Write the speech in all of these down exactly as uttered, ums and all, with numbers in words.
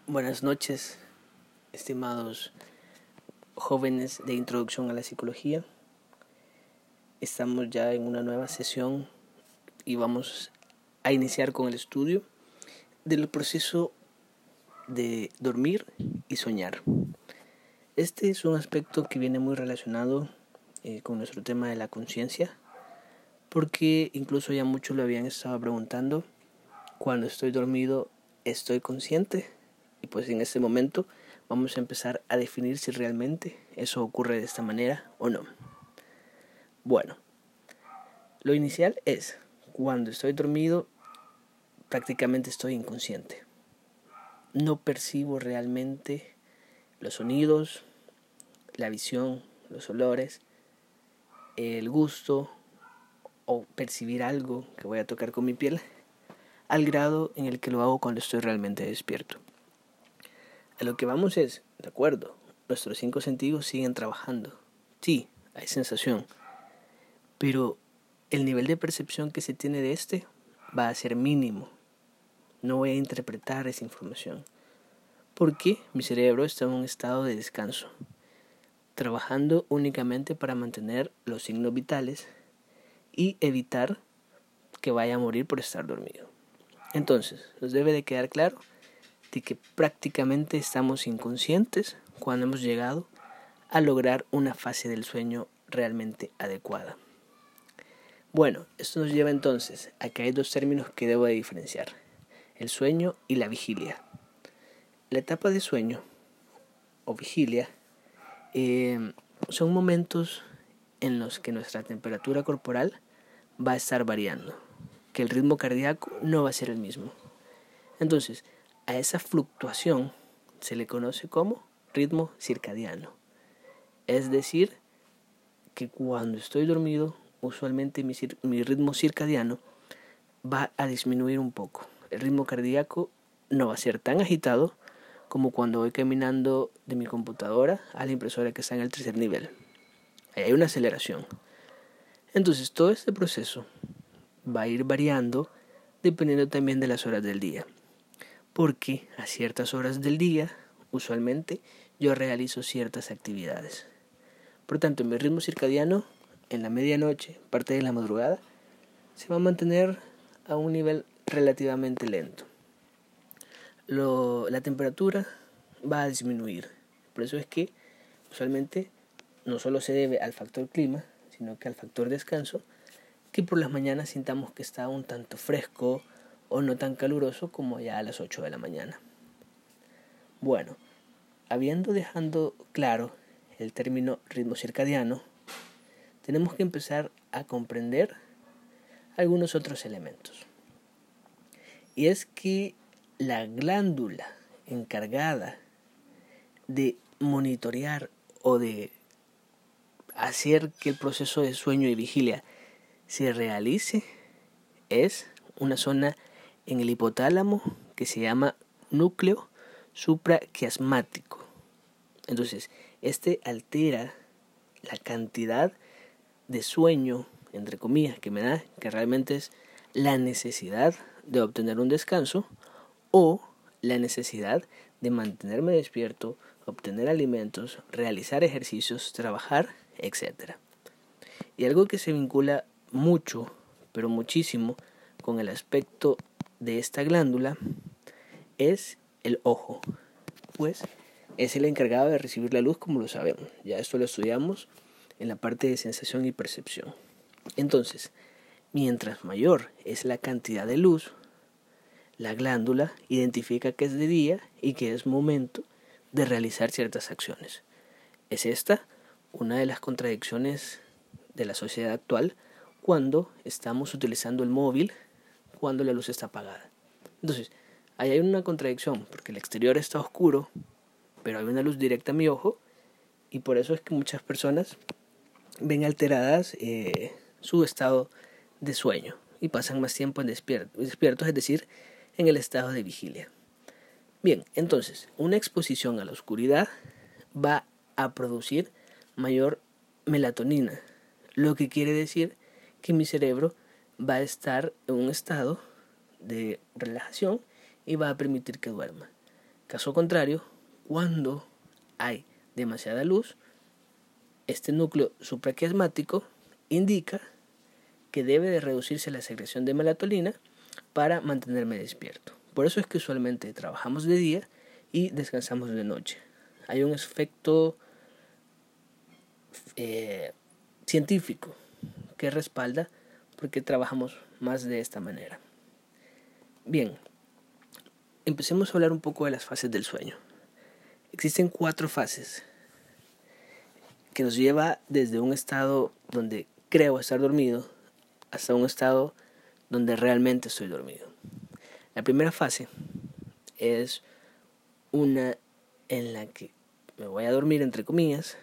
Buenas noches, estimados jóvenes de Introducción a la Psicología. Estamos ya en una nueva sesión y vamos a iniciar con el estudio del proceso de dormir y soñar. Este es un aspecto que viene muy relacionado eh, con nuestro tema de la conciencia, porque incluso ya muchos lo habían estado preguntando: cuando estoy dormido, ¿estoy consciente? Y pues en este momento vamos a empezar a definir si realmente eso ocurre de esta manera o no. Bueno, lo inicial es: cuando estoy dormido, prácticamente estoy inconsciente. No percibo realmente los sonidos, la visión, los olores, el gusto o percibir algo que voy a tocar con mi piel, al grado en el que lo hago cuando estoy realmente despierto. A lo que vamos es, de acuerdo, nuestros cinco sentidos siguen trabajando. Sí, hay sensación, pero el nivel de percepción que se tiene de este va a ser mínimo. No voy a interpretar esa información, porque mi cerebro está en un estado de descanso, trabajando únicamente para mantener los signos vitales y evitar que vaya a morir por estar dormido. Entonces, nos debe de quedar claro de que prácticamente estamos inconscientes cuando hemos llegado a lograr una fase del sueño realmente adecuada. Bueno, esto nos lleva entonces a que hay dos términos que debo de diferenciar: el sueño y la vigilia. La etapa de sueño o vigilia eh, son momentos en los que nuestra temperatura corporal va a estar variando, que el ritmo cardíaco no va a ser el mismo. Entonces, a esa fluctuación se le conoce como ritmo circadiano. Es decir, que cuando estoy dormido, usualmente mi, cir- mi ritmo circadiano va a disminuir un poco. El ritmo cardíaco no va a ser tan agitado como cuando voy caminando de mi computadora a la impresora que está en el tercer nivel. Ahí hay una aceleración. Entonces, todo este proceso va a ir variando dependiendo también de las horas del día, porque a ciertas horas del día, usualmente, yo realizo ciertas actividades. Por tanto, mi ritmo circadiano en la medianoche, parte de la madrugada, se va a mantener a un nivel relativamente lento. Lo, la temperatura va a disminuir. Por eso es que usualmente no solo se debe al factor clima, sino que al factor descanso, que por las mañanas sintamos que está un tanto fresco o no tan caluroso como ya a las ocho de la mañana. Bueno, habiendo dejado claro el término ritmo circadiano, tenemos que empezar a comprender algunos otros elementos. Y es que la glándula encargada de monitorear o de hacer que el proceso de sueño y vigilia se realice es una zona en el hipotálamo que se llama núcleo supraquiasmático. Entonces, este altera la cantidad de sueño, entre comillas, que me da, que realmente es la necesidad de obtener un descanso o la necesidad de mantenerme despierto, obtener alimentos, realizar ejercicios, trabajar, etcétera. Y algo que se vincula mucho, pero muchísimo, con el aspecto de esta glándula es el ojo, pues es el encargado de recibir la luz, como lo sabemos. Ya esto lo estudiamos en la parte de sensación y percepción. Entonces, mientras mayor es la cantidad de luz, la glándula identifica que es de día y que es momento de realizar ciertas acciones. Es esta una de las contradicciones de la sociedad actual cuando estamos utilizando el móvil cuando la luz está apagada. Entonces, ahí hay una contradicción, porque el exterior está oscuro, pero hay una luz directa a mi ojo, y por eso es que muchas personas ven alteradas eh, su estado de sueño y pasan más tiempo en despierto, despiertos, es decir, en el estado de vigilia. Bien, entonces, una exposición a la oscuridad va a producir mayor melatonina, lo que quiere decir que mi cerebro va a estar en un estado de relajación y va a permitir que duerma. Caso contrario, cuando hay demasiada luz, este núcleo supraquiasmático indica que debe de reducirse la secreción de melatonina para mantenerme despierto. Por eso es que usualmente trabajamos de día y descansamos de noche. Hay un efecto eh, científico que respalda por qué trabajamos más de esta manera. Bien, empecemos a hablar un poco de las fases del sueño. Existen cuatro fases que nos lleva desde un estado donde creo estar dormido hasta un estado donde realmente estoy dormido. La primera fase es una en la que me voy a dormir entre comillas,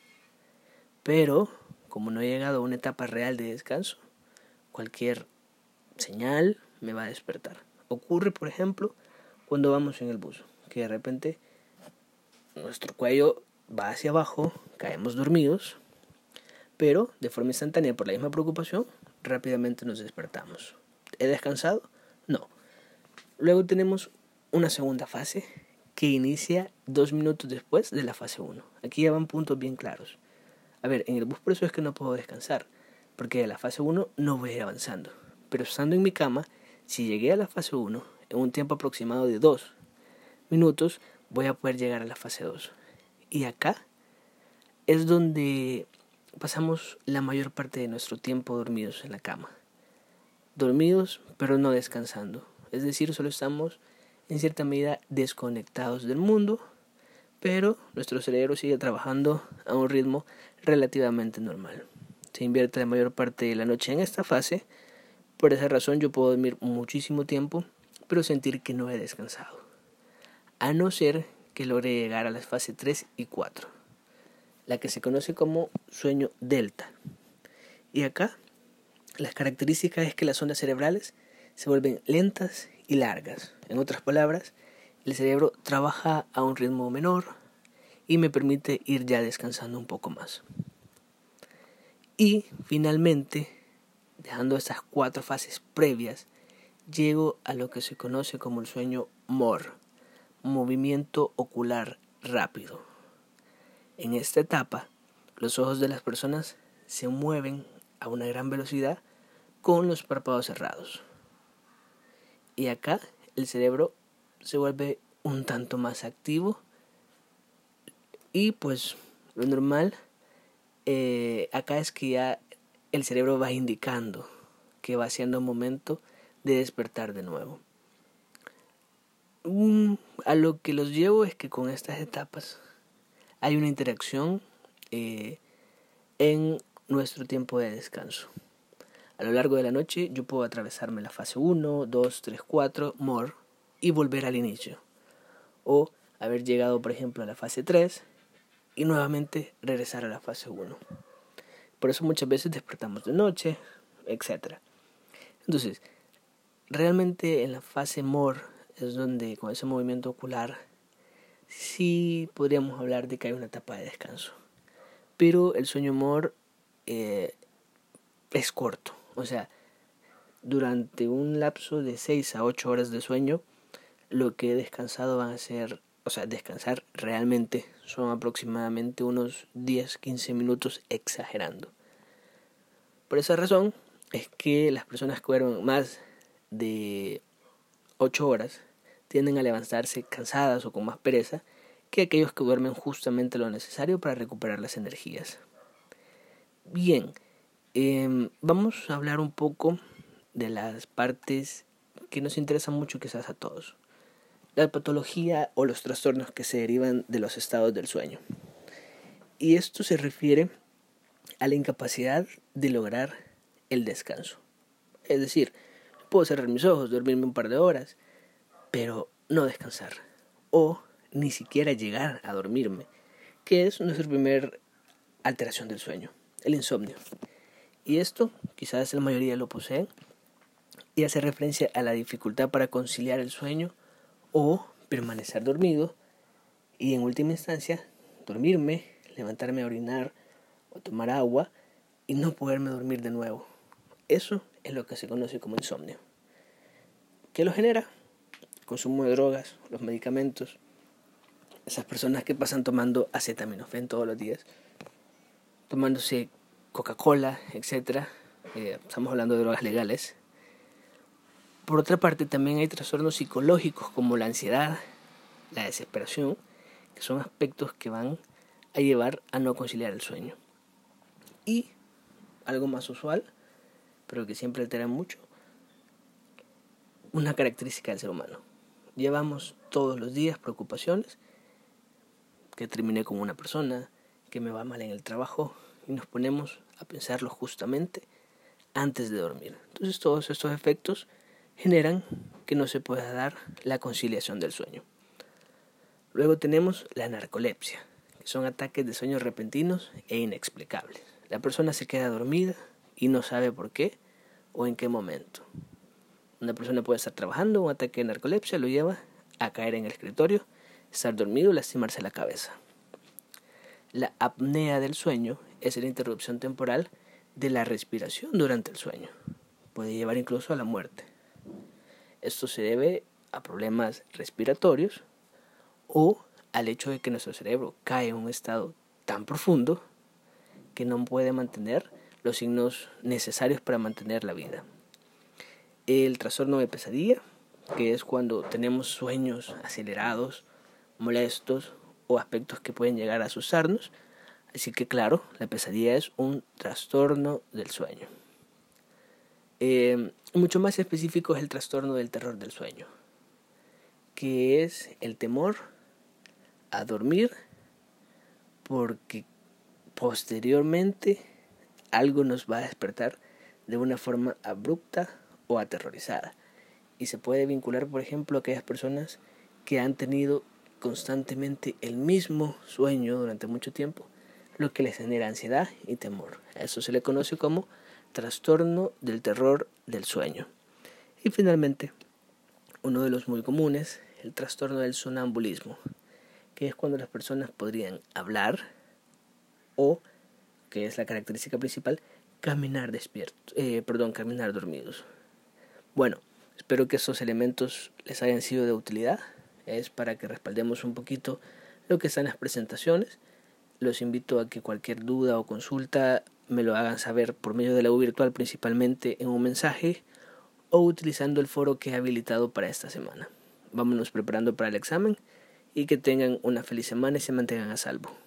pero como no he llegado a una etapa real de descanso, cualquier señal me va a despertar. Ocurre, por ejemplo, cuando vamos en el bus, que de repente nuestro cuello va hacia abajo, caemos dormidos, pero de forma instantánea por la misma preocupación, rápidamente nos despertamos. ¿He descansado? No. Luego tenemos una segunda fase que inicia dos minutos después de la fase uno. Aquí ya van puntos bien claros. A ver, en el bus por eso es que no puedo descansar, porque de la fase uno no voy avanzando. Pero estando en mi cama, si llegué a la fase uno en un tiempo aproximado de dos minutos, voy a poder llegar a la fase dos. Y acá es donde pasamos la mayor parte de nuestro tiempo dormidos en la cama. Dormidos, pero no descansando. Es decir, solo estamos en cierta medida desconectados del mundo, pero nuestro cerebro sigue trabajando a un ritmo relativamente normal. Se invierte la mayor parte de la noche en esta fase. Por esa razón yo puedo dormir muchísimo tiempo, pero sentir que no he descansado. A no ser que logre llegar a las fases tres y cuatro, la que se conoce como sueño delta. Y acá las características es que las ondas cerebrales se vuelven lentas y largas. En otras palabras, el cerebro trabaja a un ritmo menor y me permite ir ya descansando un poco más. Y finalmente, dejando estas cuatro fases previas, llego a lo que se conoce como el sueño M O R, movimiento ocular rápido. En esta etapa, los ojos de las personas se mueven a una gran velocidad con los párpados cerrados. Y acá el cerebro se vuelve un tanto más activo y pues lo normal eh, acá es que ya el cerebro va indicando que va siendo un momento de despertar de nuevo. Um, a lo que los llevo es que con estas etapas hay una interacción eh, en nuestro tiempo de descanso. A lo largo de la noche yo puedo atravesarme la fase uno, dos, tres, cuatro, M O R y volver al inicio. O haber llegado, por ejemplo, a la fase tres y nuevamente regresar a la fase uno. Por eso muchas veces despertamos de noche, etcétera. Entonces, realmente en la fase M O R es donde con ese movimiento ocular sí podríamos hablar de que hay una etapa de descanso. Pero el sueño M O R eh, es corto. O sea, durante un lapso de seis a ocho horas de sueño, lo que he descansado van a ser, o sea, descansar realmente son aproximadamente unos diez a quince minutos exagerando. Por esa razón es que las personas que duermen más de ocho horas tienden a levantarse cansadas o con más pereza que aquellos que duermen justamente lo necesario para recuperar las energías. Bien, eh, vamos a hablar un poco de las partes que nos interesan mucho quizás a todos. La patología o los trastornos que se derivan de los estados del sueño. Y esto se refiere a la incapacidad de lograr el descanso. Es decir, puedo cerrar mis ojos, dormirme un par de horas, pero no descansar. O ni siquiera llegar a dormirme, que es nuestra primera alteración del sueño, el insomnio. Y esto quizás la mayoría lo poseen y hace referencia a la dificultad para conciliar el sueño o permanecer dormido y en última instancia dormirme, levantarme a orinar o tomar agua y no poderme dormir de nuevo. Eso es lo que se conoce como insomnio. ¿Qué lo genera? El consumo de drogas, los medicamentos, Esas personas que pasan tomando acetaminofén todos los días, tomándose Coca-Cola, etcétera. Eh, estamos hablando de drogas legales. Por otra parte, también hay trastornos psicológicos como la ansiedad, la desesperación, que son aspectos que van a llevar a no conciliar el sueño. Y algo más usual, pero que siempre altera mucho, una característica del ser humano. Llevamos todos los días preocupaciones, que terminé con una persona, que me va mal en el trabajo, y nos ponemos a pensarlo justamente antes de dormir. Entonces todos estos efectos generan que no se pueda dar la conciliación del sueño. Luego tenemos la narcolepsia, que son ataques de sueño repentinos e inexplicables. La persona se queda dormida y no sabe por qué o en qué momento. Una persona puede estar trabajando, un ataque de narcolepsia lo lleva a caer en el escritorio, estar dormido y lastimarse la cabeza. La apnea del sueño es la interrupción temporal de la respiración durante el sueño. Puede llevar incluso a la muerte. Esto se debe a problemas respiratorios o al hecho de que nuestro cerebro cae en un estado tan profundo que no puede mantener los signos necesarios para mantener la vida. El trastorno de pesadilla, que es cuando tenemos sueños acelerados, molestos o aspectos que pueden llegar a asustarnos. Así que claro, la pesadilla es un trastorno del sueño. Eh, mucho más específico es el trastorno del terror del sueño, que es el temor a dormir porque posteriormente algo nos va a despertar de una forma abrupta o aterrorizada. Y se puede vincular, por ejemplo, a aquellas personas que han tenido constantemente el mismo sueño durante mucho tiempo, lo que les genera ansiedad y temor. A eso se le conoce como trastorno del terror del sueño. Y finalmente, uno de los muy comunes, el trastorno del sonambulismo, que es cuando las personas podrían hablar o, que es la característica principal, caminar despiertos, eh, perdón, caminar dormidos. Bueno, espero que estos elementos les hayan sido de utilidad. Es para que respaldemos un poquito lo que están las presentaciones. Los invito a que cualquier duda o consulta me lo hagan saber por medio de la U virtual, principalmente en un mensaje o utilizando el foro que he habilitado para esta semana. Vámonos preparando para el examen y que tengan una feliz semana y se mantengan a salvo.